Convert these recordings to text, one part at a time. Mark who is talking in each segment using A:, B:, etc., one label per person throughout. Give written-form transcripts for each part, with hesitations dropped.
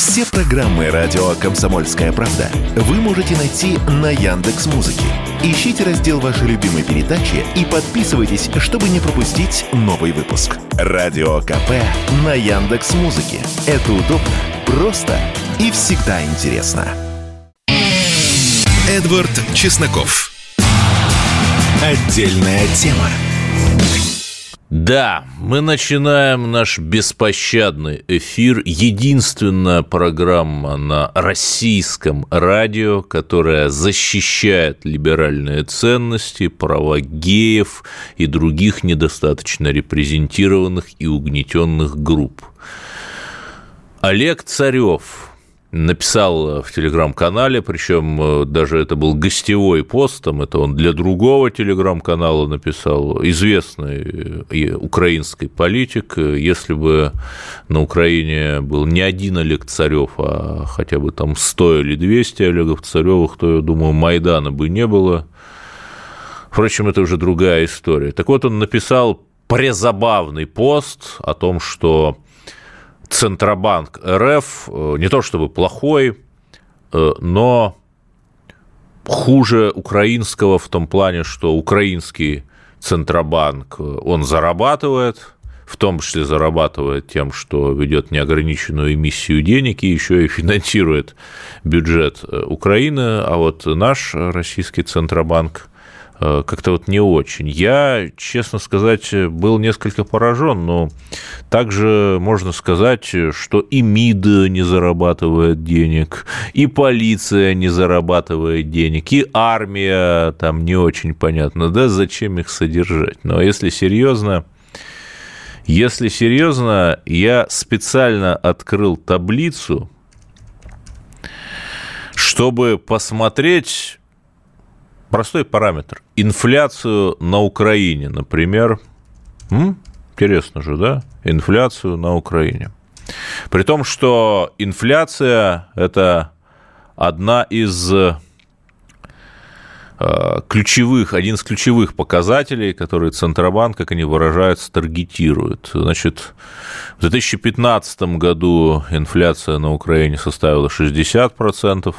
A: Все программы радио «Комсомольская правда» вы можете найти на Яндекс.Музыке. Ищите раздел вашей любимой передачи и подписывайтесь, чтобы не пропустить новый выпуск. Радио КП на Яндекс.Музыке. Это удобно, просто и всегда интересно. Эдвард Чесноков. Отдельная тема.
B: Да, мы начинаем наш беспощадный эфир. Единственная программа на российском радио, которая защищает либеральные ценности, права геев и других недостаточно репрезентированных и угнетенных групп. Олег Царев написал в телеграм-канале, причем даже это был гостевой пост, там это он для другого телеграм-канала написал, известный украинский политик. Если бы на Украине был не один Олег Царев, а хотя бы там 100 или 200 Олегов Царевых, то, я думаю, Майдана бы не было. Впрочем, это уже другая история. Так вот, он написал презабавный пост о том, что Центробанк РФ не то чтобы плохой, но хуже украинского в том плане, что украинский Центробанк, он зарабатывает, в том числе зарабатывает тем, что ведет неограниченную эмиссию денег и еще и финансирует бюджет Украины, а вот наш российский Центробанк как-то вот не очень. Я, честно сказать, был несколько поражен, но также можно сказать, что и МИД не зарабатывает денег, и полиция не зарабатывает денег, и армия там не очень понятно, да, зачем их содержать. Но если серьезно, я специально открыл таблицу, чтобы посмотреть простой параметр. Инфляцию на Украине, например. Интересно же, да? Инфляцию на Украине. При том, что инфляция – это один из ключевых показателей, которые Центробанк, как они выражаются, таргетирует. Значит, в 2015 году инфляция на Украине составила 60%.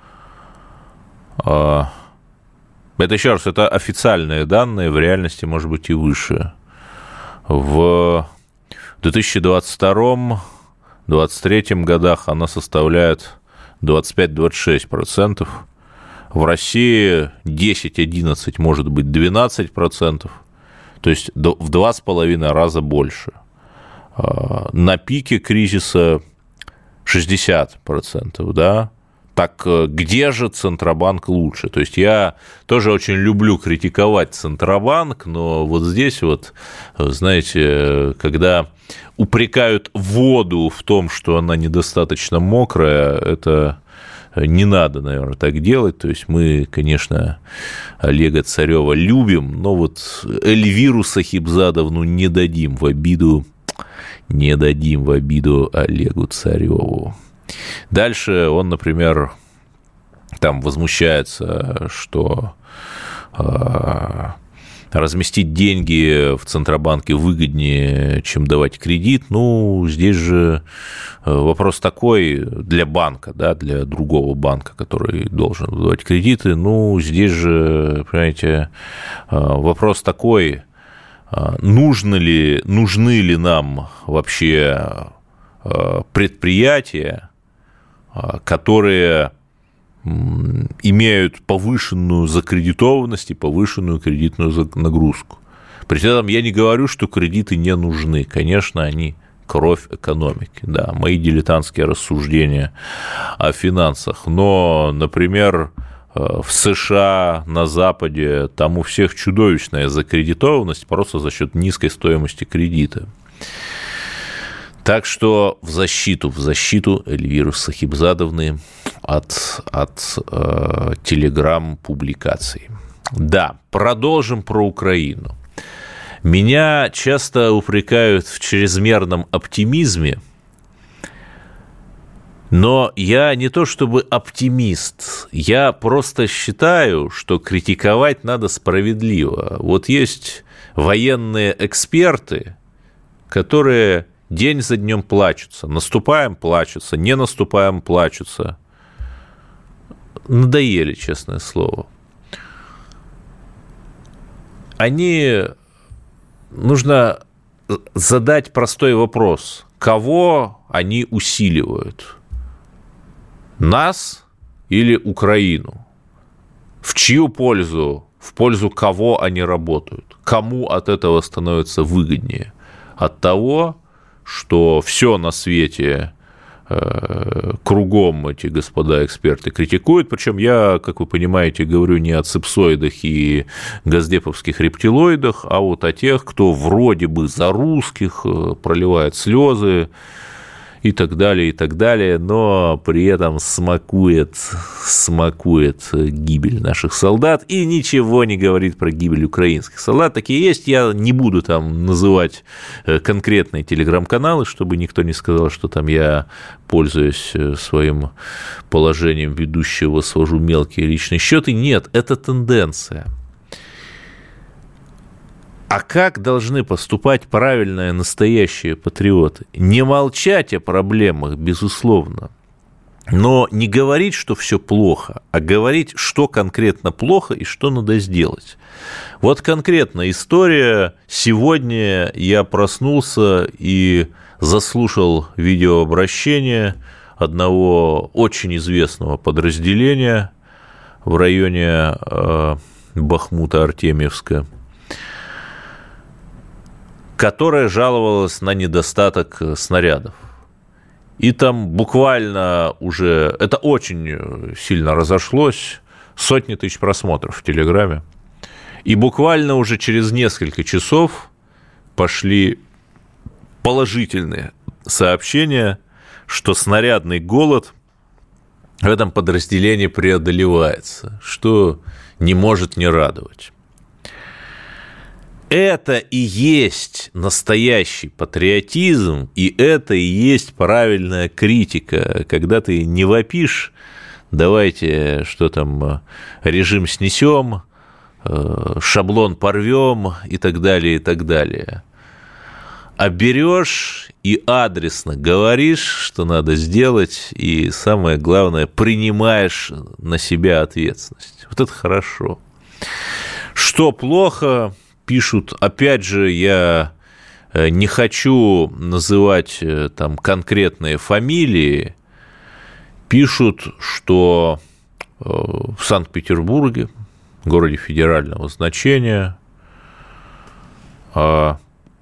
B: Это, еще раз, это официальные данные, в реальности, может быть, и выше. В 2022-2023 годах она составляет 25-26%. В России 10-11, может быть, 12%. То есть в 2,5 раза больше. На пике кризиса 60%, да? Так где же Центробанк лучше? То есть я тоже очень люблю критиковать Центробанк, но вот здесь вот, знаете, когда упрекают воду в том, что она недостаточно мокрая, это не надо, наверное, так делать. То есть мы, конечно, Олега Царева любим, но вот Эльвиру Сахибзадовну не дадим в обиду Олегу Цареву. Дальше он, например, там возмущается, что разместить деньги в Центробанке выгоднее, чем давать кредит. Ну, здесь же вопрос такой для банка, да, для другого банка, который должен давать кредиты. Ну, здесь же, понимаете, вопрос такой, нужны ли нам вообще предприятия, которые имеют повышенную закредитованность и повышенную кредитную нагрузку. При этом я не говорю, что кредиты не нужны. Конечно, они кровь экономики. Да, мои дилетантские рассуждения о финансах. Но, например, в США, на Западе, там у всех чудовищная закредитованность просто за счет низкой стоимости кредита. Так что в защиту Эльвиры Сахибзадовны от телеграм-публикаций. Да, продолжим про Украину. Меня часто упрекают в чрезмерном оптимизме, но я не то чтобы оптимист, я просто считаю, что критиковать надо справедливо. Вот есть военные эксперты, которые день за днем плачутся. Наступаем – плачутся, не наступаем – плачутся. Надоели, честное слово. Нужно задать простой вопрос. Кого они усиливают? Нас или Украину? В чью пользу? В пользу кого они работают? Кому от этого становится выгоднее? От того, что все на свете кругом эти господа эксперты критикуют, причем я, как вы понимаете, говорю не о ципсоидах и госдеповских рептилоидах, а вот о тех, кто вроде бы за русских проливает слезы и так далее, но при этом смакует гибель наших солдат и ничего не говорит про гибель украинских солдат. Такие есть, я не буду там называть конкретные телеграм-каналы, чтобы никто не сказал, что там я, пользуясь своим положением ведущего, свожу мелкие личные счеты. Нет, это тенденция. А как должны поступать правильные, настоящие патриоты? Не молчать о проблемах, безусловно, но не говорить, что все плохо, а говорить, что конкретно плохо и что надо сделать. Вот конкретная история. Сегодня я проснулся и заслушал видеообращение одного очень известного подразделения в районе Бахмута-Артемьевска, которая жаловалась на недостаток снарядов. И там буквально уже, это очень сильно разошлось, сотни тысяч просмотров в Телеграме. И буквально уже через несколько часов пошли положительные сообщения, что снарядный голод в этом подразделении преодолевается, что не может не радовать. Это и есть настоящий патриотизм, и это и есть правильная критика, когда ты не вопишь, давайте, что там, режим снесем, шаблон порвем и так далее, а берешь и адресно говоришь, что надо сделать, и самое главное, принимаешь на себя ответственность. Вот это хорошо. Что плохо? Пишут, опять же, я не хочу называть там конкретные фамилии, пишут, что в Санкт-Петербурге, городе федерального значения, в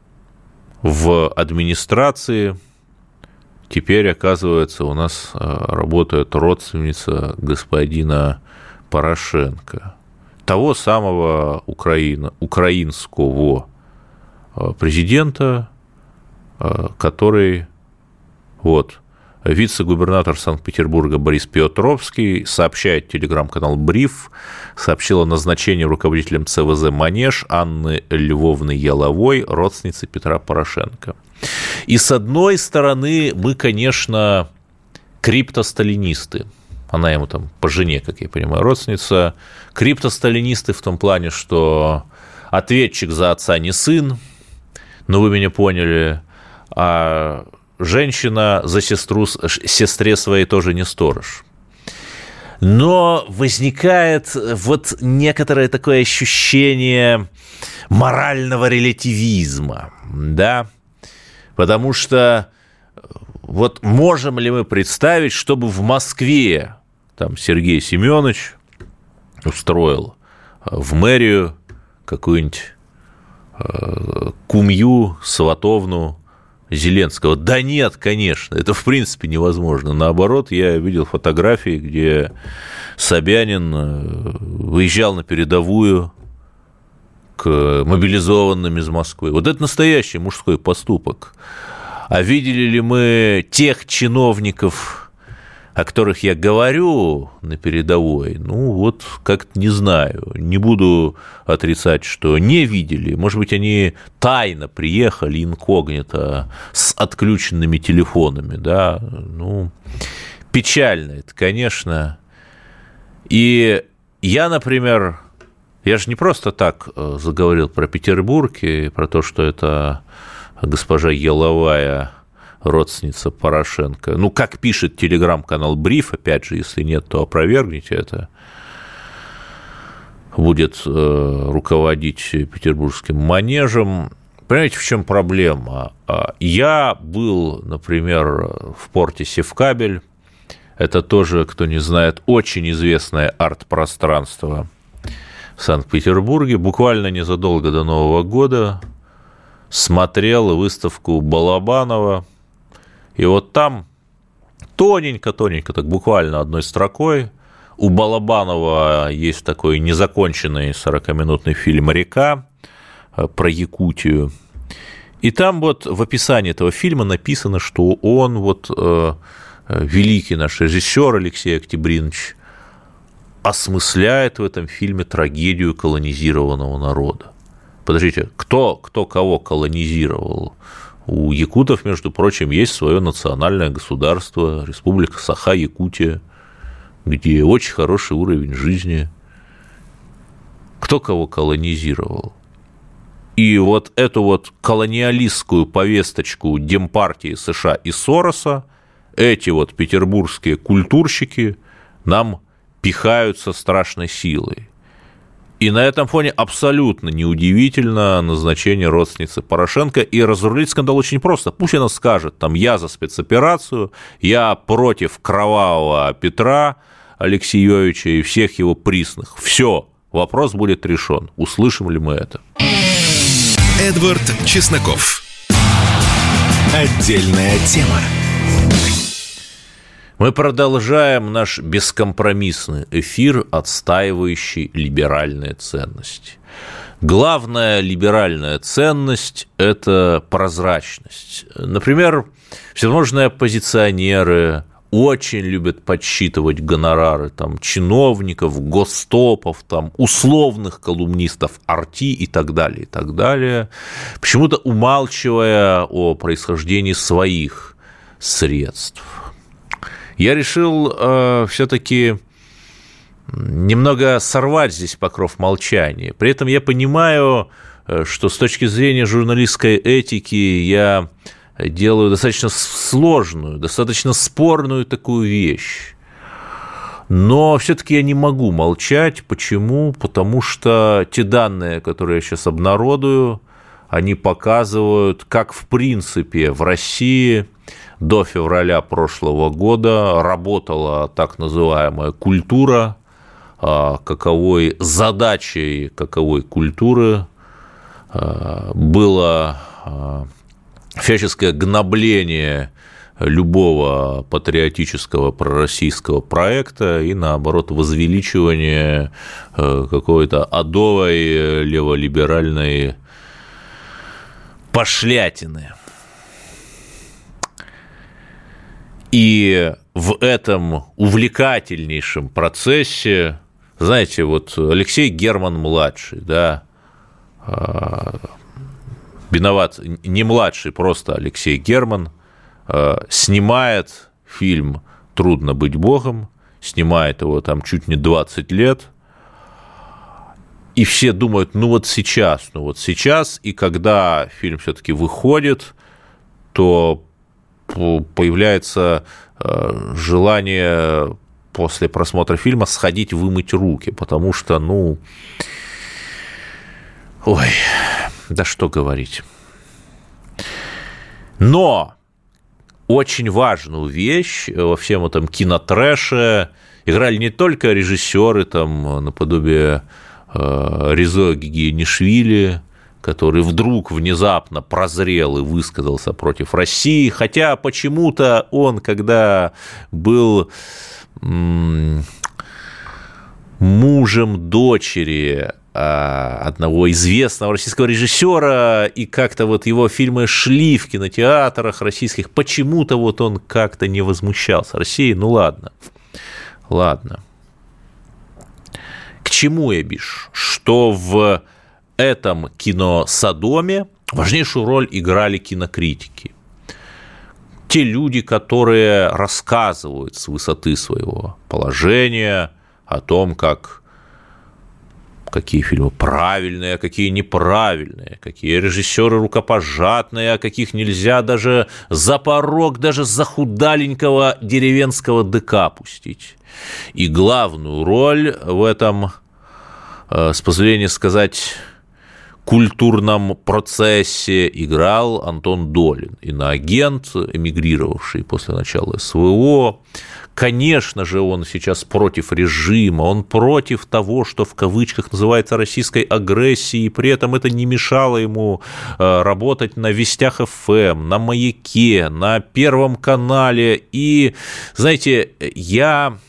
B: администрации теперь, оказывается, у нас работает родственница господина Порошенко, того самого украинского президента, который, вот, вице-губернатор Санкт-Петербурга Борис Петровский, сообщает телеграм-канал «Бриф», сообщил о назначении руководителем ЦВЗ «Манеж» Анны Львовны Яловой, родственницы Петра Порошенко. И с одной стороны, мы, конечно, криптосталинисты. Она ему там по жене, как я понимаю, родственница. Криптосталинисты в том плане, что ответчик за отца не сын, ну вы меня поняли, а женщина за сестре своей тоже не сторож. Но возникает вот некоторое такое ощущение морального релятивизма, да, потому что вот можем ли мы представить, чтобы в Москве там Сергей Семенович устроил в мэрию какую-нибудь кумью, сватовну Зеленского? Да нет, конечно, это в принципе невозможно. Наоборот, я видел фотографии, где Собянин выезжал на передовую к мобилизованным из Москвы. Вот это настоящий мужской поступок. А видели ли мы тех чиновников, о которых я говорю на передовой? Ну, вот как-то не знаю. Не буду отрицать, что не видели. Может быть, они тайно приехали, инкогнито, с отключенными телефонами, да? Ну, печально это, конечно. И я, например, я же не просто так заговорил про Петербург и про то, что это госпожа Яловая родственница Порошенко. Ну, как пишет телеграм-канал «Бриф», опять же, если нет, то опровергните это, будет руководить Петербургским манежем. Понимаете, в чем проблема? Я был, например, в порте Севкабель. Это тоже, кто не знает, очень известное арт-пространство в Санкт-Петербурге. Буквально незадолго до Нового года смотрел выставку Балабанова. И вот там тоненько, так буквально одной строкой, у Балабанова есть такой незаконченный 40-минутный фильм «Река» про Якутию. И там вот в описании этого фильма написано, что он вот великий наш режиссер Алексей Октябринович осмысляет в этом фильме трагедию колонизированного народа. Подождите, кто кого колонизировал? У якутов, между прочим, есть свое национальное государство, Республика Саха-Якутия, где очень хороший уровень жизни. Кто кого колонизировал? И вот эту вот колониалистскую повесточку Демпартии США и Сороса эти вот петербургские культурщики нам пихают со страшной силой. И на этом фоне абсолютно неудивительно назначение родственницы Порошенко. И разрулить скандал очень просто. Пусть она скажет, там, я за спецоперацию, я против кровавого Петра Алексеевича и всех его присных. Все, вопрос будет решен. Услышим ли мы это?
A: Эдвард Чесноков. Отдельная тема.
B: Мы продолжаем наш бескомпромиссный эфир, отстаивающий либеральные ценности. Главная либеральная ценность – это прозрачность. Например, всевозможные оппозиционеры очень любят подсчитывать гонорары там, чиновников, гостопов, там, условных колумнистов Арти и так далее, почему-то умалчивая о происхождении своих средств. Я решил все-таки немного сорвать здесь покров молчания. При этом я понимаю, что с точки зрения журналистской этики я делаю достаточно сложную, достаточно спорную такую вещь. Но все-таки я не могу молчать. Почему? Потому что те данные, которые я сейчас обнародую, они показывают, как в принципе в России до февраля прошлого года работала так называемая культура, каковой задачей каковой культуры было всяческое гнобление любого патриотического пророссийского проекта и, наоборот, возвеличивание какой-то адовой леволиберальной пошлятины. И в этом увлекательнейшем процессе, знаете, вот Алексей Герман-младший, да, виноват, не младший, просто Алексей Герман, снимает фильм «Трудно быть Богом», снимает его там чуть не 20 лет, и все думают, ну вот сейчас, и когда фильм все-таки выходит, то появляется желание после просмотра фильма сходить вымыть руки, потому что, да что говорить. Но очень важную вещь во всем этом кинотрэше играли не только режиссеры, там, наподобие Резо Гигинишвили, который вдруг внезапно прозрел и высказался против России, хотя почему-то он, когда был мужем дочери одного известного российского режиссера, и как-то вот его фильмы шли в кинотеатрах российских, почему-то вот он как-то не возмущался Россией. Ну ладно. К чему я бишь? Что в этом киносодоме важнейшую роль играли кинокритики. Те люди, которые рассказывают с высоты своего положения о том, как какие фильмы правильные, а какие неправильные, какие режиссеры рукопожатные, а каких нельзя даже за порог, даже за худаленького деревенского ДК пустить. И главную роль в этом, с позволения сказать, культурном процессе играл Антон Долин, иноагент, эмигрировавший после начала СВО. Конечно же, он сейчас против режима, он против того, что в кавычках называется российской агрессией, и при этом это не мешало ему работать на Вестях ФМ, на Маяке, на Первом канале. И, знаете, я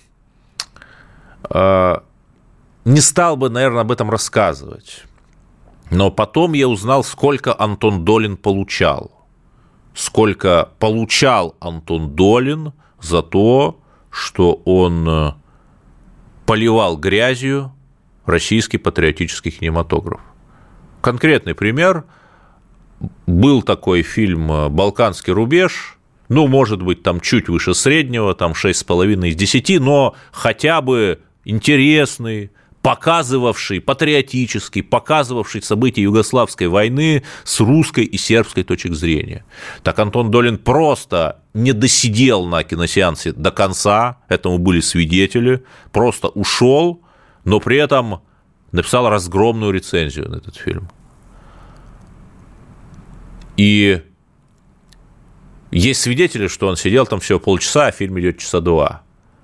B: не стал бы, наверное, об этом рассказывать. Но потом я узнал, сколько Антон Долин получал. Сколько получал Антон Долин за то, что он поливал грязью российский патриотический кинематограф. Конкретный пример. Был такой фильм «Балканский рубеж». Ну, может быть, там чуть выше среднего, там 6,5 из 10, но хотя бы интересный, показывавший, патриотический, показывавший события Югославской войны с русской и сербской точек зрения. Так Антон Долин просто не досидел на киносеансе до конца, этому были свидетели, просто ушел, но при этом написал разгромную рецензию на этот фильм. И есть свидетели, что он сидел там всего полчаса, а фильм идет часа 2.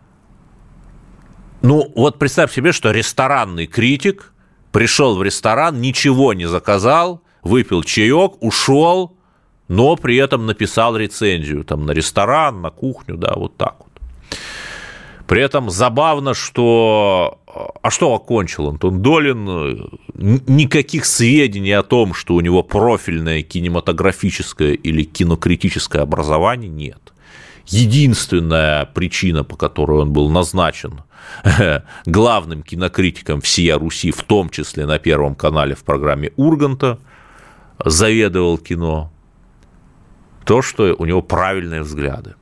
B: Ну, вот представь себе, что ресторанный критик пришел в ресторан, ничего не заказал, выпил чаек, ушел, но при этом написал рецензию там, на ресторан, на кухню, да, вот так вот. При этом забавно, что... А что окончил Антон Долин? Никаких сведений о том, что у него профильное кинематографическое или кинокритическое образование, нет. Единственная причина, по которой он был назначен главным кинокритиком всей Руси, в том числе на Первом канале в программе Урганта, заведовал кино, то, что у него правильные взгляды.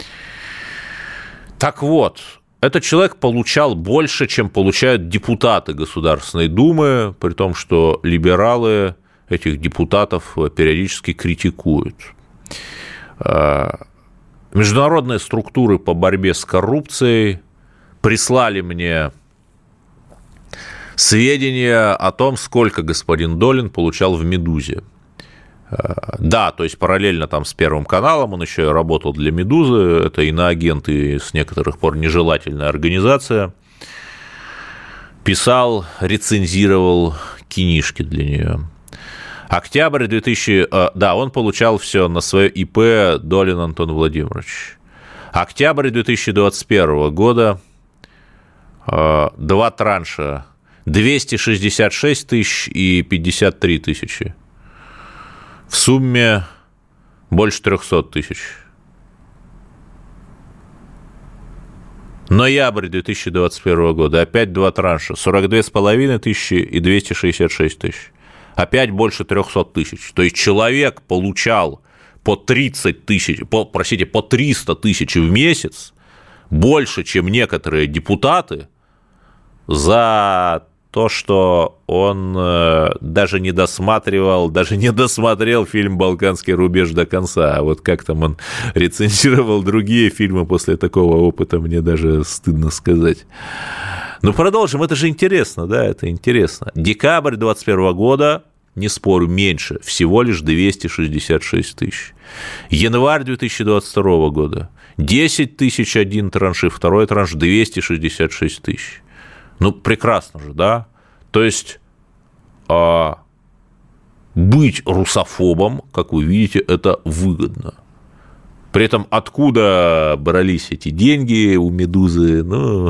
B: Так вот, этот человек получал больше, чем получают депутаты Государственной Думы, при том, что либералы этих депутатов периодически критикуют. Международные структуры по борьбе с коррупцией прислали мне сведения о том, сколько господин Долин получал в «Медузе». Да, то есть параллельно там с Первым каналом он еще и работал для «Медузы», это иноагент и с некоторых пор нежелательная организация, писал, рецензировал кинишки для нее. Октябрь 2000... Да, он получал все на свое ИП Долин Антон Владимирович. Октябрь 2021 года, 2 транша, 266 тысяч и 53 тысячи. В сумме больше 300 тысяч. Ноябрь 2021 года, опять 2 транша, 42,5 тысячи и 266 тысяч. Опять больше 300 тысяч. То есть человек получал по 30 тысяч, по 300 тысяч в месяц, больше, чем некоторые депутаты, за то, что он даже не досмотрел фильм «Балканский рубеж» до конца. А вот как там он рецензировал другие фильмы после такого опыта, мне даже стыдно сказать. Ну, продолжим, это же интересно, да, это интересно. Декабрь 2021 года, не спорю, меньше, всего лишь 266 тысяч. Январь 2022 года, 10 тысяч один транш, и второй транш 266 тысяч. Ну, прекрасно же, да? То есть, быть русофобом, как вы видите, это выгодно. При этом откуда брались эти деньги у «Медузы»? Ну,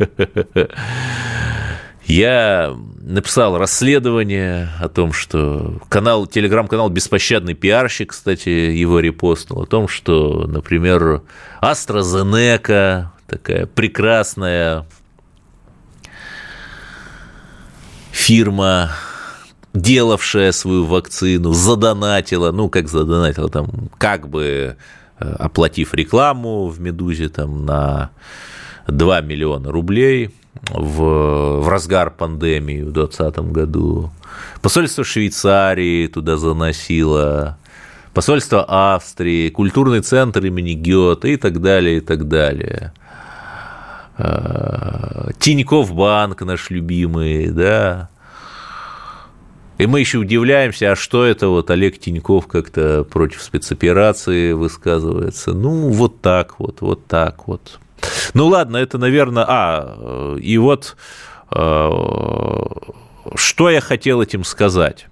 B: я написал расследование о том, что телеграм-канал «Беспощадный пиарщик», кстати, его репостнул, о том, что, например, AstraZeneca, такая прекрасная фирма, делавшая свою вакцину, задонатила, ну, как задонатила, там, как бы оплатив рекламу в «Медузе» там, на 2 миллиона рублей в разгар пандемии в 2020 году. Посольство Швейцарии туда заносило, посольство Австрии, культурный центр имени Гёте и так далее, и так далее. Тинькофф банк наш любимый, да. И мы еще удивляемся, а что это вот Олег Тинькофф как-то против спецоперации высказывается. Ну, вот так вот, вот так вот. Ну, ладно, это, наверное... и вот что я хотел этим сказать?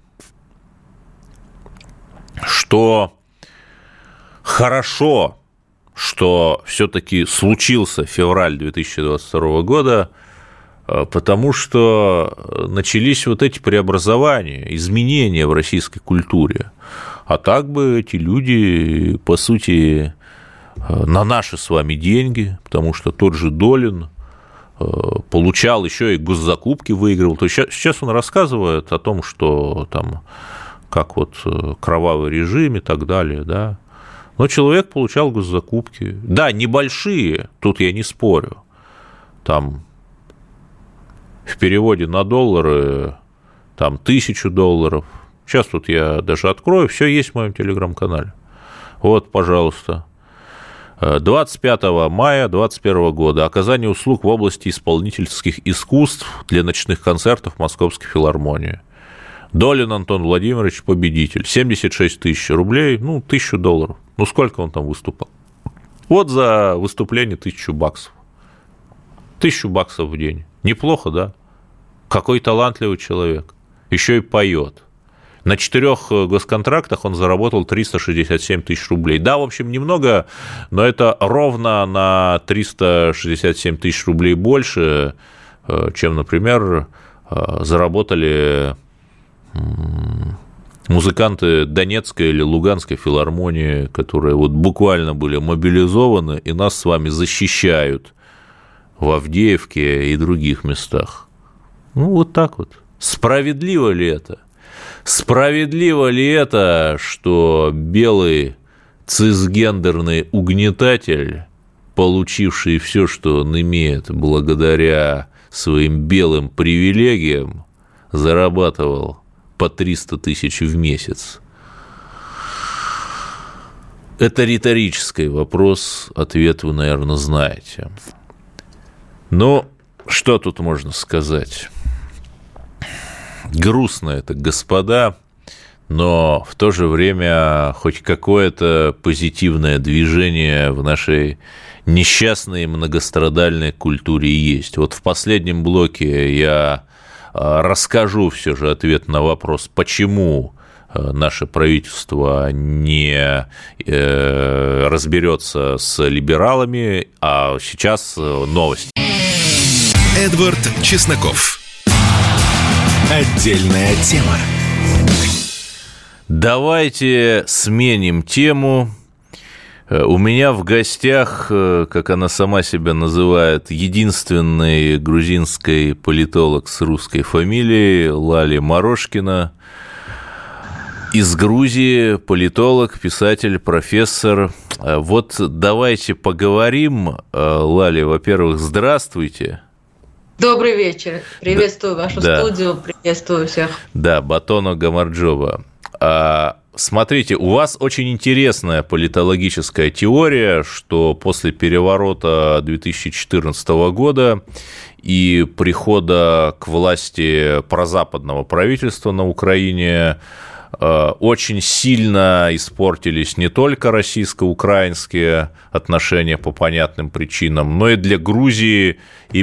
B: Что хорошо, что все-таки случился февраль 2022 года, потому что начались вот эти преобразования, изменения в российской культуре. А так бы эти люди, по сути, на наши с вами деньги, потому что тот же Долин получал еще и госзакупки, выигрывал. То есть сейчас он рассказывает о том, что там, как вот кровавый режим и так далее, да. Но человек получал госзакупки. Да, небольшие, тут я не спорю. Там в переводе на доллары там $1000. Сейчас тут я даже открою, все есть в моем телеграм-канале. Вот, пожалуйста. 25 мая 2021 года. Оказание услуг в области исполнительских искусств для ночных концертов Московской филармонии. Долин Антон Владимирович, победитель. 76 тысяч рублей, ну, $1000. Ну, сколько он там выступал? Вот за выступление $1000. $1000 в день. Неплохо, да? Какой талантливый человек. Еще и поет. На 4 госконтрактах он заработал 367 тысяч рублей. Да, в общем, немного, но это ровно на 367 тысяч рублей больше, чем, например, заработали музыканты Донецкой или Луганской филармонии, которые вот буквально были мобилизованы и нас с вами защищают в Авдеевке и других местах. Ну, вот так вот. Справедливо ли это? Справедливо ли это, что белый цисгендерный угнетатель, получивший все, что он имеет благодаря своим белым привилегиям, зарабатывал по 300 тысяч в месяц? Это риторический вопрос, ответ вы, наверное, знаете. Но что тут можно сказать? Грустно это, господа, но в то же время хоть какое-то позитивное движение в нашей несчастной многострадальной культуре есть. Вот в последнем блоке я расскажу все же ответ на вопрос, почему наше правительство не разберется с либералами, а сейчас новости.
A: Эдвард Чесноков. Отдельная тема.
B: Давайте сменим тему. У меня в гостях, как она сама себя называет, единственный грузинский политолог с русской фамилией Лали Морошкина. Из Грузии политолог, писатель, профессор. Вот давайте поговорим. Лали, во-первых, здравствуйте.
C: Добрый вечер. Приветствую вашу студию, приветствую всех.
B: Да, Батоно Гамарджоба. Смотрите, у вас очень интересная политологическая теория, что после переворота 2014 года и прихода к власти прозападного правительства на Украине очень сильно испортились не только российско-украинские отношения по понятным причинам, но и для Грузии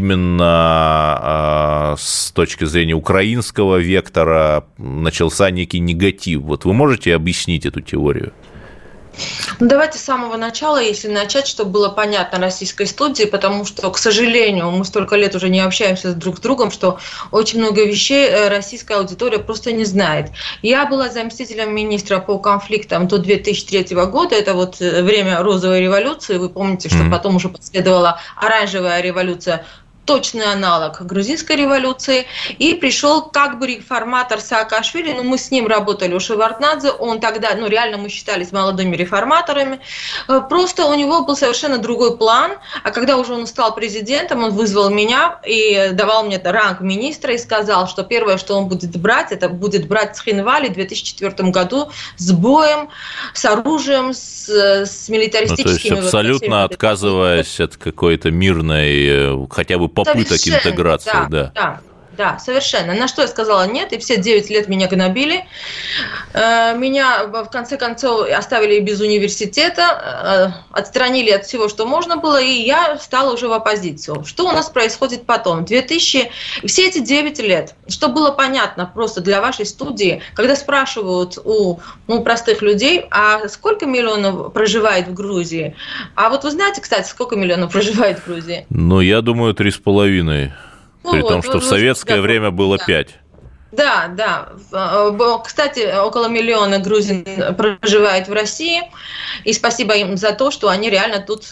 B: именно с точки зрения украинского вектора начался некий негатив. Вот вы можете объяснить эту теорию?
C: Ну, давайте с самого начала, если начать, чтобы было понятно российской студии, потому что, к сожалению, мы столько лет уже не общаемся друг с другом, что очень много вещей российская аудитория просто не знает. Я была заместителем министра по конфликтам до 2003 года, это вот время розовой революции, вы помните, что потом уже последовала оранжевая революция, точный аналог грузинской революции, и пришел как бы реформатор Саакашвили, мы с ним работали у Шеварднадзе, он тогда, реально мы считались молодыми реформаторами, просто у него был совершенно другой план, а когда уже он стал президентом, он вызвал меня и давал мне ранг министра и сказал, что первое, что он будет брать, это будет брать Цхинвали в 2004 году с боем, с оружием, с милитаристическими...
B: то есть абсолютно отказываясь от какой-то мирной, хотя бы попыток интеграции.
C: Да, совершенно. На что я сказала нет, и все 9 лет меня гнобили. Меня, в конце концов, оставили без университета, отстранили от всего, что можно было, и я стала уже в оппозицию. Что у нас происходит потом? Все эти 9 лет, что было понятно просто для вашей студии, когда спрашивают у простых людей, а сколько миллионов проживает в Грузии? А вот вы знаете, кстати, сколько миллионов проживает в Грузии?
B: Я думаю, 3,5. При том, что в советское время было 5.
C: Да. Кстати, около миллиона грузин проживает в России, и спасибо им за то, что они реально тут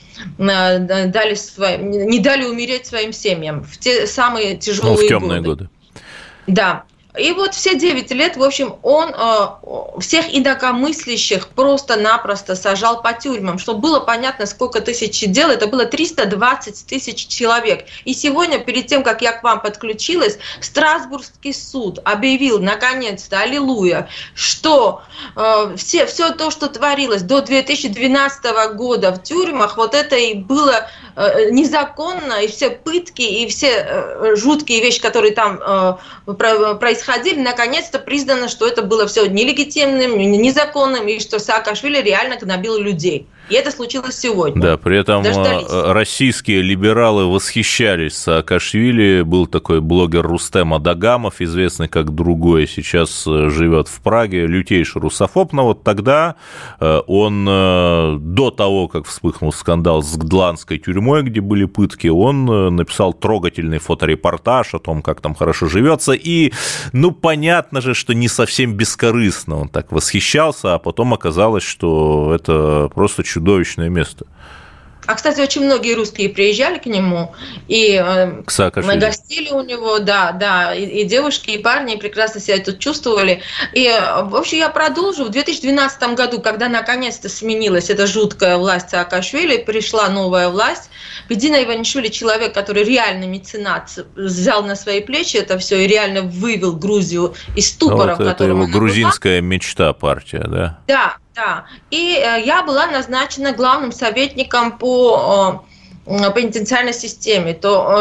C: не дали умереть своим семьям в те самые тяжелые годы.
B: В темные годы.
C: Да. И вот все 9 лет, в общем, он всех инакомыслящих просто-напросто сажал по тюрьмам, чтобы было понятно, сколько тысяч дел. Это было 320 тысяч человек. И сегодня, перед тем, как я к вам подключилась, Страсбургский суд объявил, наконец-то, аллилуйя, что все то, что творилось до 2012 года в тюрьмах, вот это и было незаконно, и все пытки, и все жуткие вещи, которые там происходили, наконец-то признано, что это было все нелегитимным, незаконным, и что Саакашвили реально гнобил людей. И это случилось сегодня.
B: Да, при этом российские либералы восхищались Саакашвили. Был такой блогер Рустем Адагамов, известный как другой, сейчас живет в Праге, лютейший русофоб. Но вот тогда он, до того, как вспыхнул скандал с Гдланской тюрьмой, где были пытки, он написал трогательный фоторепортаж о том, как там хорошо живется. И, понятно же, что не совсем бескорыстно он так восхищался, а потом оказалось, что это просто чудовищное место.
C: А, кстати, очень многие русские приезжали к нему, и мы гостили у него, да, и девушки, и парни прекрасно себя тут чувствовали. И, в общем, я продолжу. В 2012 году, когда наконец-то сменилась эта жуткая власть Саакашвили, пришла новая власть, Бедина Иванишвили, человек, который реально меценат, взял на свои плечи это все и реально вывел Грузию из ступора, в котором
B: это его грузинская мечта партия, да?
C: Да. И я была назначена главным советником по пенитенциарной системе.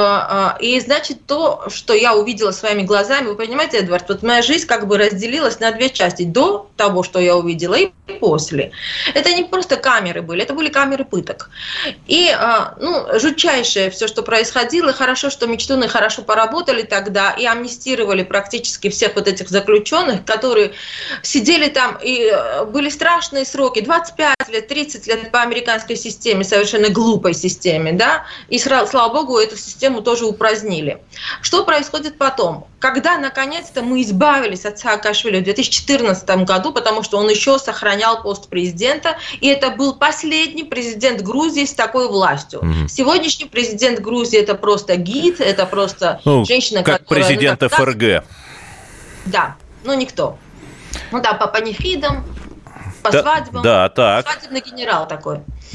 C: И, значит, то, что я увидела своими глазами, вы понимаете, Эдвард, вот моя жизнь как бы разделилась на 2 части. До того, что я увидела, и после. Это не просто камеры были, это были камеры пыток. И, жутчайшее все, что происходило. Хорошо, что мечтуны хорошо поработали тогда и амнистировали практически всех вот этих заключенных, которые сидели там, и были страшные сроки, 25 лет, 30 лет по американской системе, совершенно глупой системе, да, и, слава богу, эту систему тоже упразднили. Что происходит потом? Когда, наконец-то, мы избавились от Саакашвили в 2014 году, потому что он еще сохранял пост президента, и это был последний президент Грузии с такой властью. Сегодняшний президент Грузии – это просто гид, это просто женщина,
B: как которая... Как президент ФРГ.
C: Да, никто. По панихидам, по свадьбам.
B: Да, так.
C: Свадебный генерал такой.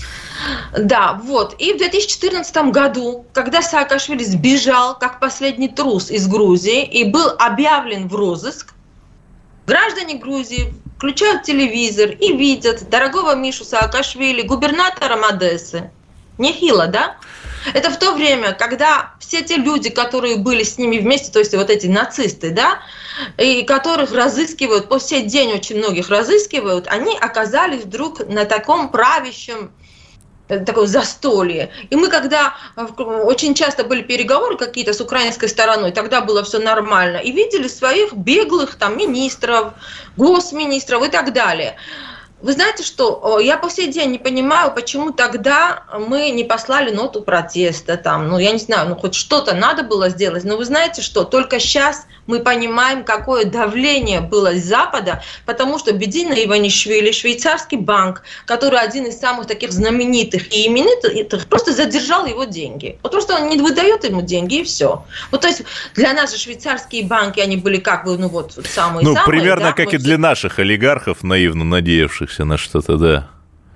C: Да, вот. И в 2014 году, когда Саакашвили сбежал как последний трус из Грузии и был объявлен в розыск, граждане Грузии включают телевизор и видят дорогого Мишу Саакашвили губернатором Одессы. Нехило, да? Это в то время, когда все те люди, которые были с ними вместе, то есть вот эти нацисты, да, и которых разыскивают, по сей день очень многих разыскивают, они оказались вдруг на таком правящем такое застолье. И мы, когда очень часто были переговоры какие-то с украинской стороной, тогда было все нормально, и видели своих беглых там министров, госминистров и так далее. Вы знаете что, я по сей день не понимаю, почему тогда мы не послали ноту протеста, я не знаю, хоть что-то надо было сделать, но вы знаете что, только сейчас мы понимаем, какое давление было с Запада, потому что Бедина Иванишвили, швейцарский банк, который один из самых таких знаменитых и именитых, просто задержал его деньги. Вот просто он не выдает ему деньги, и все. Вот, то есть для нас же швейцарские банки, они были самые-самые.
B: Примерно как и для наших олигархов, наивно надеявшихся на что-то, да.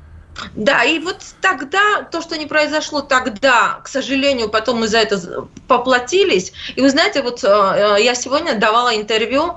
C: Да, и вот тогда, то, что не произошло тогда, к сожалению, потом мы за это поплатились. И вы знаете, я сегодня давала интервью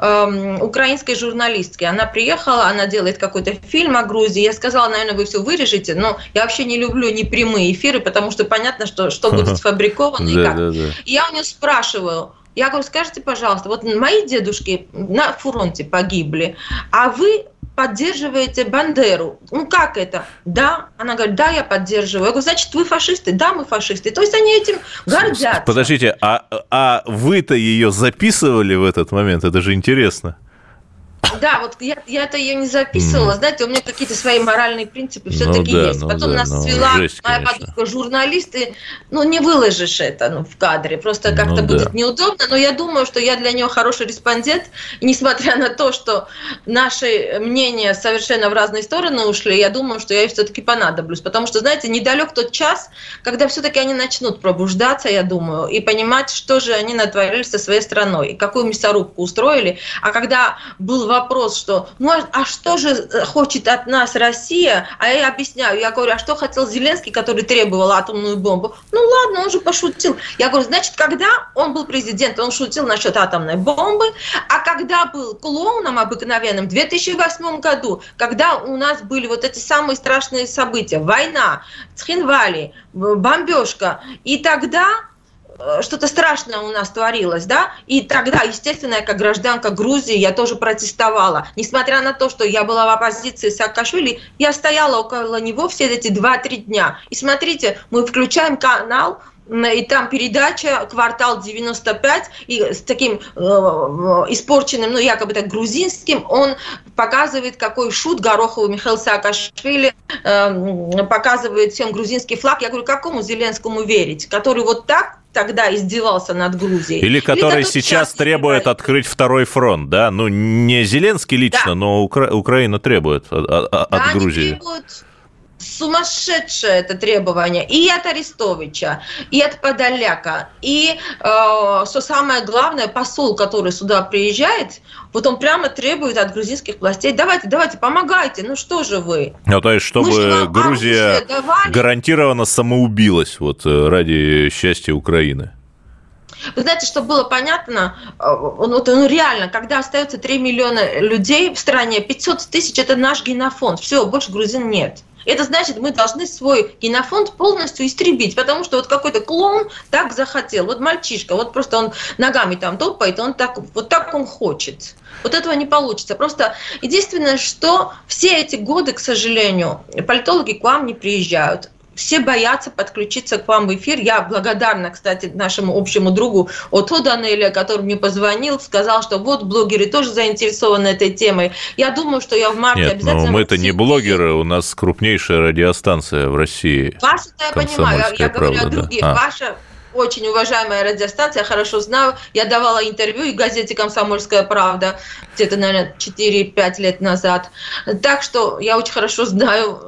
C: украинской журналистке. Она приехала, она делает какой-то фильм о Грузии. Я сказала, наверное, вы все вырежете, но я вообще не люблю непрямые эфиры, потому что понятно, что будет сфабриковано и как. И я у нее спрашиваю, я говорю, скажите, пожалуйста, вот мои дедушки на фронте погибли, а вы поддерживаете Бандеру. Как это? Да. Она говорит, да, я поддерживаю. Я говорю, значит, вы фашисты? Да, мы фашисты. То есть они этим гордятся.
B: Подождите, а вы-то ее записывали в этот момент? Это же интересно.
C: Да, вот я-то ее не записывала. Знаете, у меня какие-то свои моральные принципы все-таки есть. Потом нас свела моя подруга журналист, и не выложишь это в кадре. Просто как-то будет неудобно. Но я думаю, что я для нее хороший респондент. И несмотря на то, что наши мнения совершенно в разные стороны ушли, я думаю, что я ей все-таки понадоблюсь. Потому что, знаете, недалек тот час, когда все-таки они начнут пробуждаться, я думаю, и понимать, что же они натворили со своей страной, и какую мясорубку устроили. А когда был вопрос, что а что же хочет от нас Россия? А я объясняю, я говорю, а что хотел Зеленский, который требовал атомную бомбу? Ладно, он же пошутил. Я говорю, значит, когда он был президентом, он шутил насчет атомной бомбы, а когда был клоуном обыкновенным в 2008 году, когда у нас были вот эти самые страшные события, война, Цхинвали, бомбежка, и тогда что-то страшное у нас творилось, да, и тогда, естественно, я как гражданка Грузии, я тоже протестовала. Несмотря на то, что я была в оппозиции Саакашвили, я стояла около него все эти 2-3 дня. И смотрите, мы включаем канал, и там передача «Квартал 95», и с таким испорченным, якобы так грузинским, он показывает, какой шут Горохову Михаил Саакашвили показывает всем грузинский флаг. Я говорю, какому Зеленскому верить, который вот так тогда издевался над Грузией.
B: Или который сейчас требует открыть второй фронт, да? Не Зеленский лично, но Украина требует от Грузии.
C: Они требуют сумасшедшее это требование и от Арестовича, и от Подоляка, и, что самое главное, посол, который сюда приезжает, вот он прямо требует от грузинских властей, давайте, помогайте, что же вы?
B: То есть, чтобы Грузия гарантированно самоубилась ради счастья Украины.
C: Вы знаете, чтобы было понятно, реально, когда остается 3 миллиона людей в стране, 500 тысяч – это наш генофонд, все, больше грузин нет. Это значит, мы должны свой генофонд полностью истребить, потому что какой-то клоун так захотел. Мальчишка, просто он ногами там топает, он так он хочет. Этого не получится. Просто единственное, что все эти годы, к сожалению, политологи к вам не приезжают. Все боятся подключиться к вам в эфир. Я благодарна, кстати, нашему общему другу Ото Данелия, который мне позвонил, сказал, что блогеры тоже заинтересованы этой темой. Я думаю, что я в марте обязательно...
B: мы-то не блогеры, у нас крупнейшая радиостанция в России.
C: Ваша-то я понимаю, я говорю о других. Ваша очень уважаемая радиостанция, я хорошо знаю. Я давала интервью и газете «Комсомольская правда» где-то, наверное, 4-5 лет назад. Так что я очень хорошо знаю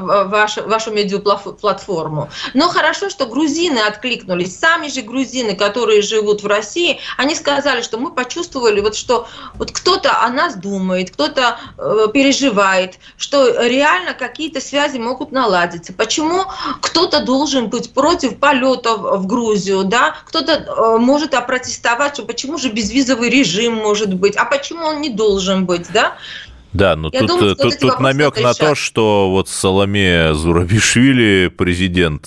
C: вашу медиаплатформу. Но хорошо, что грузины откликнулись. Сами же грузины, которые живут в России, они сказали, что мы почувствовали, что кто-то о нас думает, кто-то переживает, что реально какие-то связи могут наладиться. Почему кто-то должен быть против полетов в Грузию, да? Кто-то может опротестовать, что почему же безвизовый режим может быть, а почему он не должен быть, да?
B: Да, но тут намек на то, что Саломе Зурабишвили, президент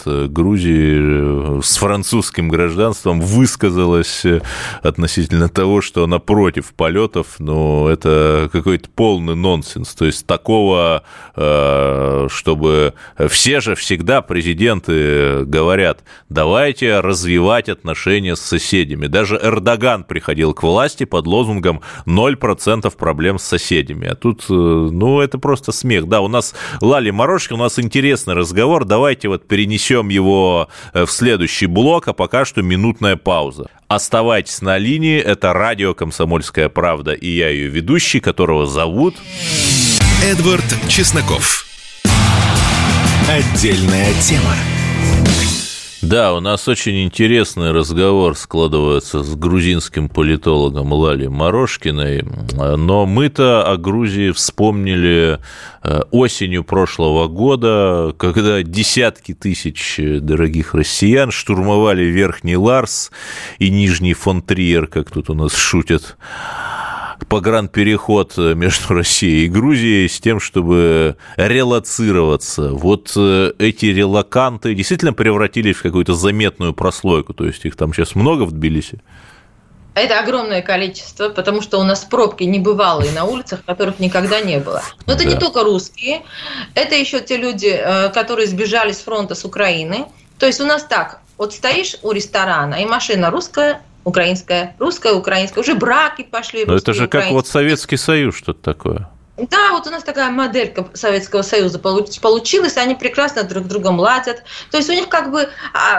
B: Грузии с французским гражданством, высказалась относительно того, что она против полетов, но это какой-то полный нонсенс. То есть такого, чтобы все же всегда президенты говорят, давайте развивать отношения с соседями. Даже Эрдоган приходил к власти под лозунгом 0% проблем с соседями. А тут тут, это просто смех. Да, у нас Лали Морошкина, у нас интересный разговор, давайте вот перенесем его в следующий блок, а пока что минутная пауза. Оставайтесь на линии, это радио «Комсомольская правда», и я ее ведущий, которого зовут...
A: Эдвард Чесноков. Отдельная тема.
B: Да, у нас очень интересный разговор складывается с грузинским политологом Лали Морошкиной, но мы-то о Грузии вспомнили осенью прошлого года, когда десятки тысяч дорогих россиян штурмовали Верхний Ларс и Нижний фон Триер, как тут у нас шутят, погранпереход между Россией и Грузией с тем, чтобы релоцироваться. Вот эти релоканты действительно превратились в какую-то заметную прослойку, то есть их там сейчас много в Тбилиси?
C: Это огромное количество, потому что у нас пробки небывалые на улицах, которых никогда не было. Но это не только русские, это еще те люди, которые сбежали с фронта с Украины. То есть у нас так, вот стоишь у ресторана, и машина русская, украинская, русская, украинская, уже браки пошли.
B: Но это же как вот Советский Союз, что-то такое.
C: Да, вот у нас такая моделька Советского Союза получилась, они прекрасно друг с другом ладят. То есть у них как бы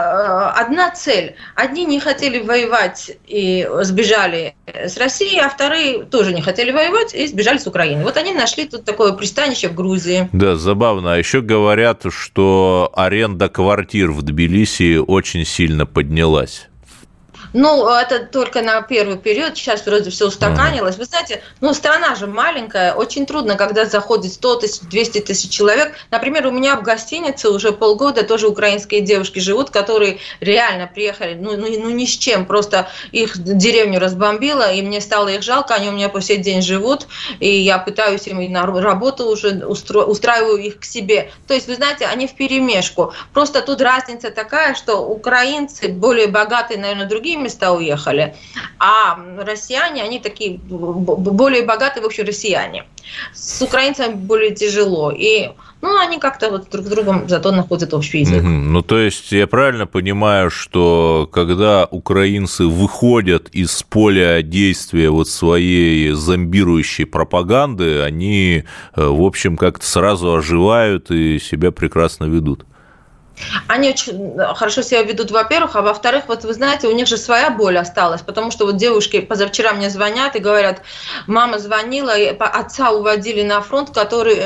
C: одна цель. Одни не хотели воевать и сбежали с России, а вторые тоже не хотели воевать и сбежали с Украины. Вот они нашли тут такое пристанище в Грузии.
B: Да, забавно. А еще говорят, что аренда квартир в Тбилиси очень сильно поднялась.
C: Ну, это только на первый период, сейчас вроде все устаканилось. Вы знаете, страна же маленькая, очень трудно, когда заходит 100 тысяч, 200 тысяч человек. Например, у меня в гостинице уже полгода тоже украинские девушки живут, которые реально приехали, ни с чем, просто их деревню разбомбило, и мне стало их жалко, они у меня по сей день живут, и я пытаюсь им на работу уже устраиваю их к себе. То есть, вы знаете, они вперемешку. Просто тут разница такая, что украинцы более богатые, наверное, другие места уехали, а россияне, они такие более богатые, в общем, россияне. С украинцами более тяжело, и они как-то вот друг с другом зато находят общий язык.
B: Ну, то есть я правильно понимаю, что когда украинцы выходят из поля действия вот своей зомбирующей пропаганды, они, в общем, как-то сразу оживают и себя прекрасно ведут?
C: Они очень хорошо себя ведут, во-первых, а во-вторых, вот вы знаете, у них же своя боль осталась, потому что вот девушки позавчера мне звонят и говорят, мама звонила, отца уводили на фронт, который,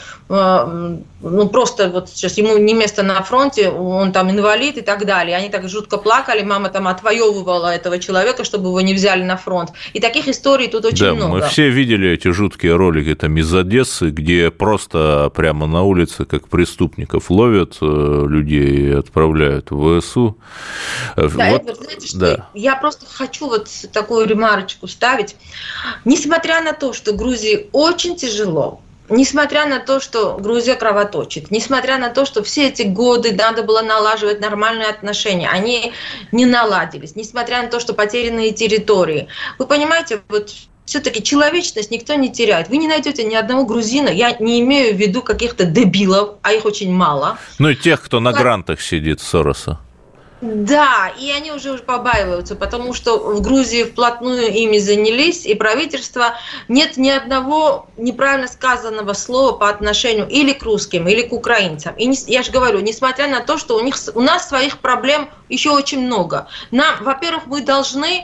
C: просто вот сейчас ему не место на фронте, он там инвалид и так далее. Они так жутко плакали, мама там отвоевывала этого человека, чтобы его не взяли на фронт. И таких историй тут очень много.
B: Мы все видели эти жуткие ролики там из Одессы, где просто прямо на улице, как преступников, ловят людей и отправляют в ВСУ.
C: Да, вот, это, знаете, что я просто хочу вот такую ремарочку ставить. Несмотря на то, что Грузии очень тяжело, несмотря на то, что Грузия кровоточит, несмотря на то, что все эти годы надо было налаживать нормальные отношения, они не наладились, несмотря на то, что потерянные территории. Вы понимаете, вот все-таки человечность никто не теряет. Вы не найдете ни одного грузина, я не имею в виду каких-то дебилов, а их очень мало.
B: Ну и тех, кто на грантах сидит, Сороса.
C: Да, и они уже побаиваются, потому что в Грузии вплотную ими занялись, и правительство, нет ни одного неправильно сказанного слова по отношению или к русским, или к украинцам. И я же говорю, несмотря на то, что у нас своих проблем еще очень много. Нам, во-первых, мы должны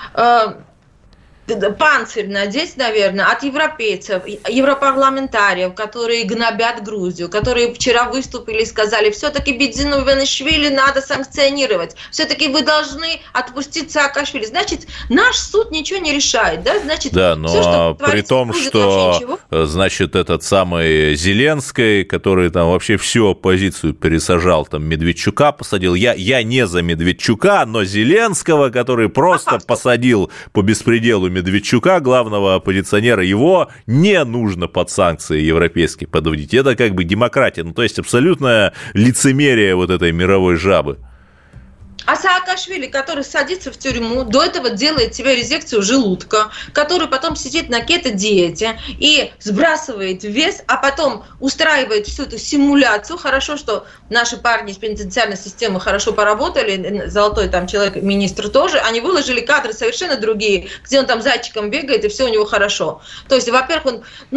C: панцирь надеть, наверное, от европейцев, европарламентариев, которые гнобят Грузию, которые вчера выступили и сказали, все-таки Бедзину Иванишвили надо санкционировать, все-таки вы должны отпустить Саакашвили. Значит, наш суд ничего не решает, да? Значит,
B: да, но
C: все, что
B: при том, что, значит, этот самый Зеленский, который там вообще всю оппозицию пересажал, там Медведчука посадил, я не за Медведчука, но Зеленского, который просто посадил по беспределу Медведчука, главного оппозиционера, его не нужно под санкции европейские подводить. Это как бы демократия, то есть абсолютное лицемерие вот этой мировой жабы.
C: А Саакашвили, который садится в тюрьму, до этого делает себе резекцию желудка, который потом сидит на кето-диете и сбрасывает вес, а потом устраивает всю эту симуляцию. Хорошо, что наши парни из пенитенциарной системы хорошо поработали, золотой там человек, министр тоже, они выложили кадры совершенно другие, где он там зайчиком бегает, и все у него хорошо. То есть, во-первых, он,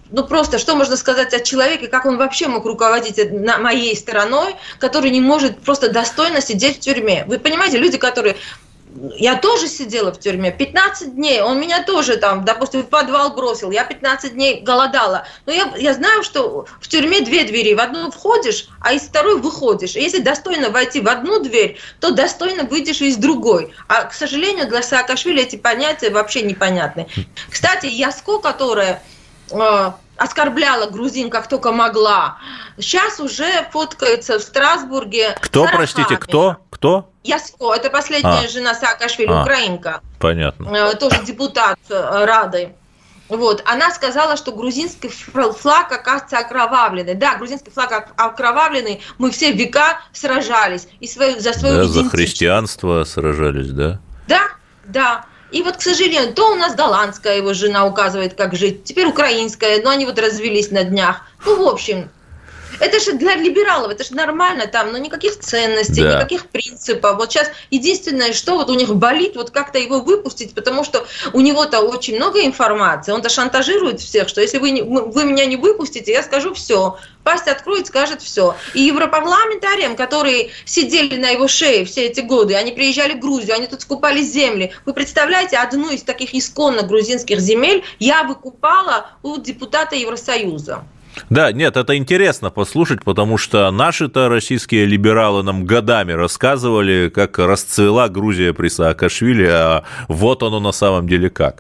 C: просто что можно сказать о человеке, как он вообще мог руководить моей стороной, который не может просто достойно сидеть в тюрьме. Вы понимаете, люди, которые... Я тоже сидела в тюрьме 15 дней, он меня тоже там, допустим, в подвал бросил, я 15 дней голодала. Но я знаю, что в тюрьме 2 двери, в одну входишь, а из второй выходишь. И если достойно войти в одну дверь, то достойно выйдешь из другой. А, к сожалению, для Саакашвили эти понятия вообще непонятны. Кстати, Яско, которая... оскорбляла грузин как только могла. Сейчас уже фоткается в Страсбурге.
B: Кто, простите, кто?
C: Яско, это последняя жена Саакашвили, украинка.
B: Понятно.
C: Тоже депутат Рады. Вот. Она сказала, что грузинский флаг оказывается окровавленный. Да, грузинский флаг окровавленный. Мы все века сражались и за свою идентичность.
B: За христианство сражались, да?
C: Да. И вот, к сожалению, то у нас голландская его жена указывает, как жить, теперь украинская, но они вот развелись на днях. В общем, это же для либералов, это же нормально, там, но никаких ценностей, никаких принципов. Вот сейчас единственное, что вот у них болит, вот как-то его выпустить, потому что у него-то очень много информации, он-то шантажирует всех, что если вы меня не выпустите, я скажу все. Пасть откроет, скажет все. И европарламентариям, которые сидели на его шее все эти годы, они приезжали в Грузию, они тут скупали земли. Вы представляете, одну из таких исконно грузинских земель я выкупала у депутата Евросоюза.
B: Да, нет, это интересно послушать, потому что наши-то российские либералы нам годами рассказывали, как расцвела Грузия при Саакашвили, а вот оно на самом деле как.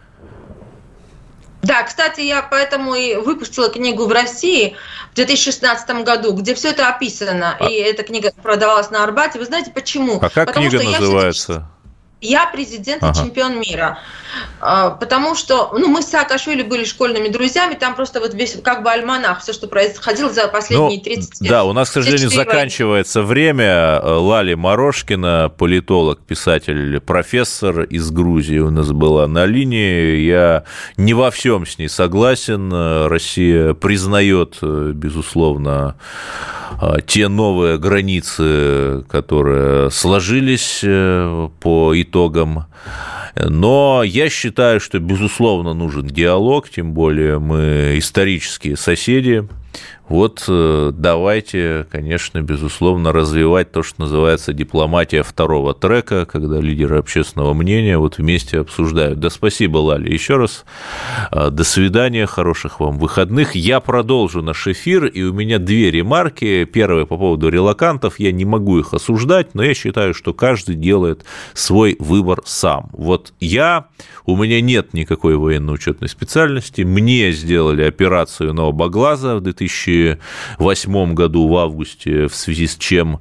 C: Да, кстати, я поэтому и выпустила книгу в России в 2016 году, где все это описано, и эта книга продавалась на Арбате. Вы знаете почему?
B: А как книга называется?
C: Я президент и чемпион мира. Потому что мы с Саакашвили были школьными друзьями, там просто вот весь как бы альманах, все, что происходило за последние 30 лет.
B: Да, у нас, к сожалению, заканчивается время. Лали Морошкина, политолог, писатель, профессор из Грузии у нас была на линии. Я не во всем с ней согласен. Россия признает, безусловно, те новые границы, которые сложились по итогам. Но я считаю, что, безусловно, нужен диалог, тем более мы исторические соседи. Вот давайте, конечно, безусловно, развивать то, что называется дипломатия второго трека, когда лидеры общественного мнения вот вместе обсуждают. Да, спасибо, Лали, еще раз. До свидания, хороших вам выходных. Я продолжу наш эфир, и у меня 2 ремарки. Первая по поводу релокантов. Я не могу их осуждать, но я считаю, что каждый делает свой выбор сам. Вот у меня нет никакой военно-учетной специальности. Мне сделали операцию на оба глаза в 2008 году в августе, в связи с чем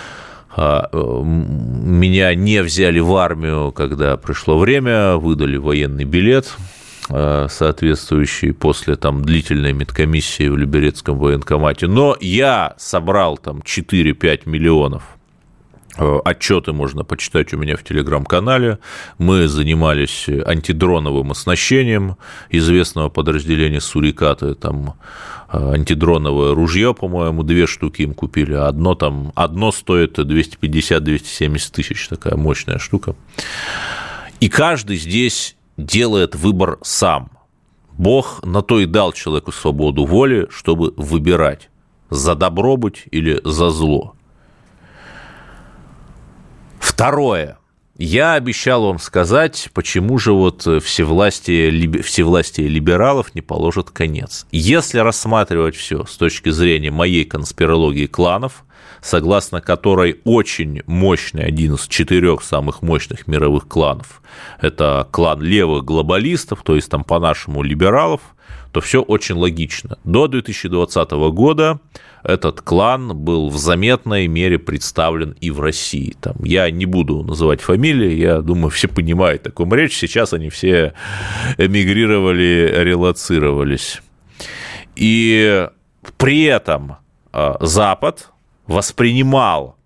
B: меня не взяли в армию, когда пришло время, выдали военный билет соответствующий после длительной медкомиссии в Люберецком военкомате. Но я собрал 4-5 миллионов. Отчеты можно почитать у меня в Телеграм-канале. Мы занимались антидроновым оснащением известного подразделения «Сурикаты». Там антидроновое ружье, по-моему, 2 штуки им купили. Одно стоит 250-270 тысяч, такая мощная штука. И каждый здесь делает выбор сам. Бог на то и дал человеку свободу воли, чтобы выбирать, за добробыть или за зло. Второе. Я обещал вам сказать, почему же всевластие либералов не положит конец. Если рассматривать все с точки зрения моей конспирологии кланов, согласно которой очень мощный, один из 4 самых мощных мировых кланов, это клан левых глобалистов, то есть по-нашему либералов, то все очень логично. До 2020 года этот клан был в заметной мере представлен и в России. Я не буду называть фамилии, я думаю, все понимают, о ком речь. Сейчас они все эмигрировали, релоцировались. И при этом Запад воспринимал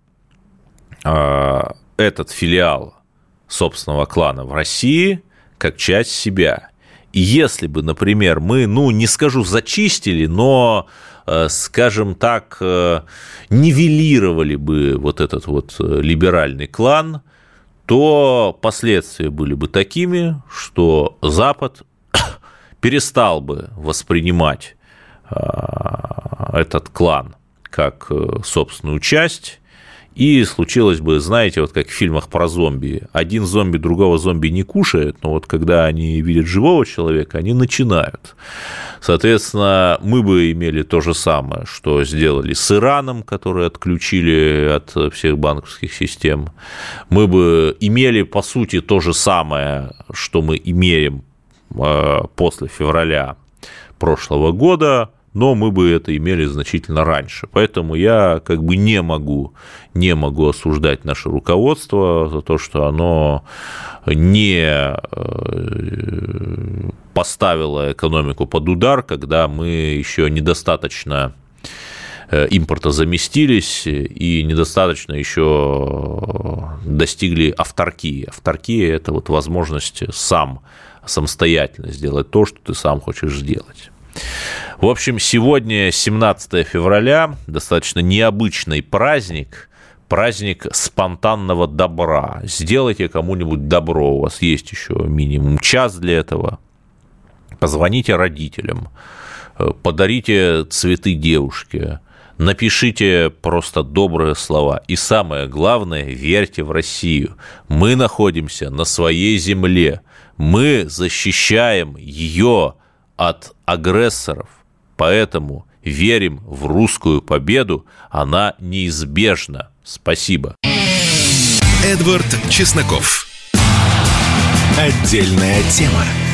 B: этот филиал собственного клана в России как часть себя. И если бы, например, мы, не скажу зачистили, но, скажем так, нивелировали бы этот либеральный клан, то последствия были бы такими, что Запад перестал бы воспринимать этот клан как собственную часть, и случилось бы, знаете, вот как в фильмах про зомби. Один зомби другого зомби не кушает, но вот когда они видят живого человека, они начинают. Соответственно, мы бы имели то же самое, что сделали с Ираном, который отключили от всех банковских систем. Мы бы имели, по сути, то же самое, что мы имеем после февраля прошлого года, но мы бы это имели значительно раньше. Поэтому я как бы не могу осуждать наше руководство за то, что оно не поставило экономику под удар, когда мы еще недостаточно импортозаместились и недостаточно еще достигли авторкии. Авторкия – это вот возможность самостоятельно сделать то, что ты сам хочешь сделать. В общем, сегодня 17 февраля, достаточно необычный праздник спонтанного добра. Сделайте кому-нибудь добро, у вас есть еще минимум час для этого. Позвоните родителям, подарите цветы девушке, напишите просто добрые слова. И самое главное, верьте в Россию. Мы находимся на своей земле, мы защищаем ее от агрессоров, поэтому верим в русскую победу, она неизбежна. Спасибо.
A: Эдвард Чесноков. Отдельная тема.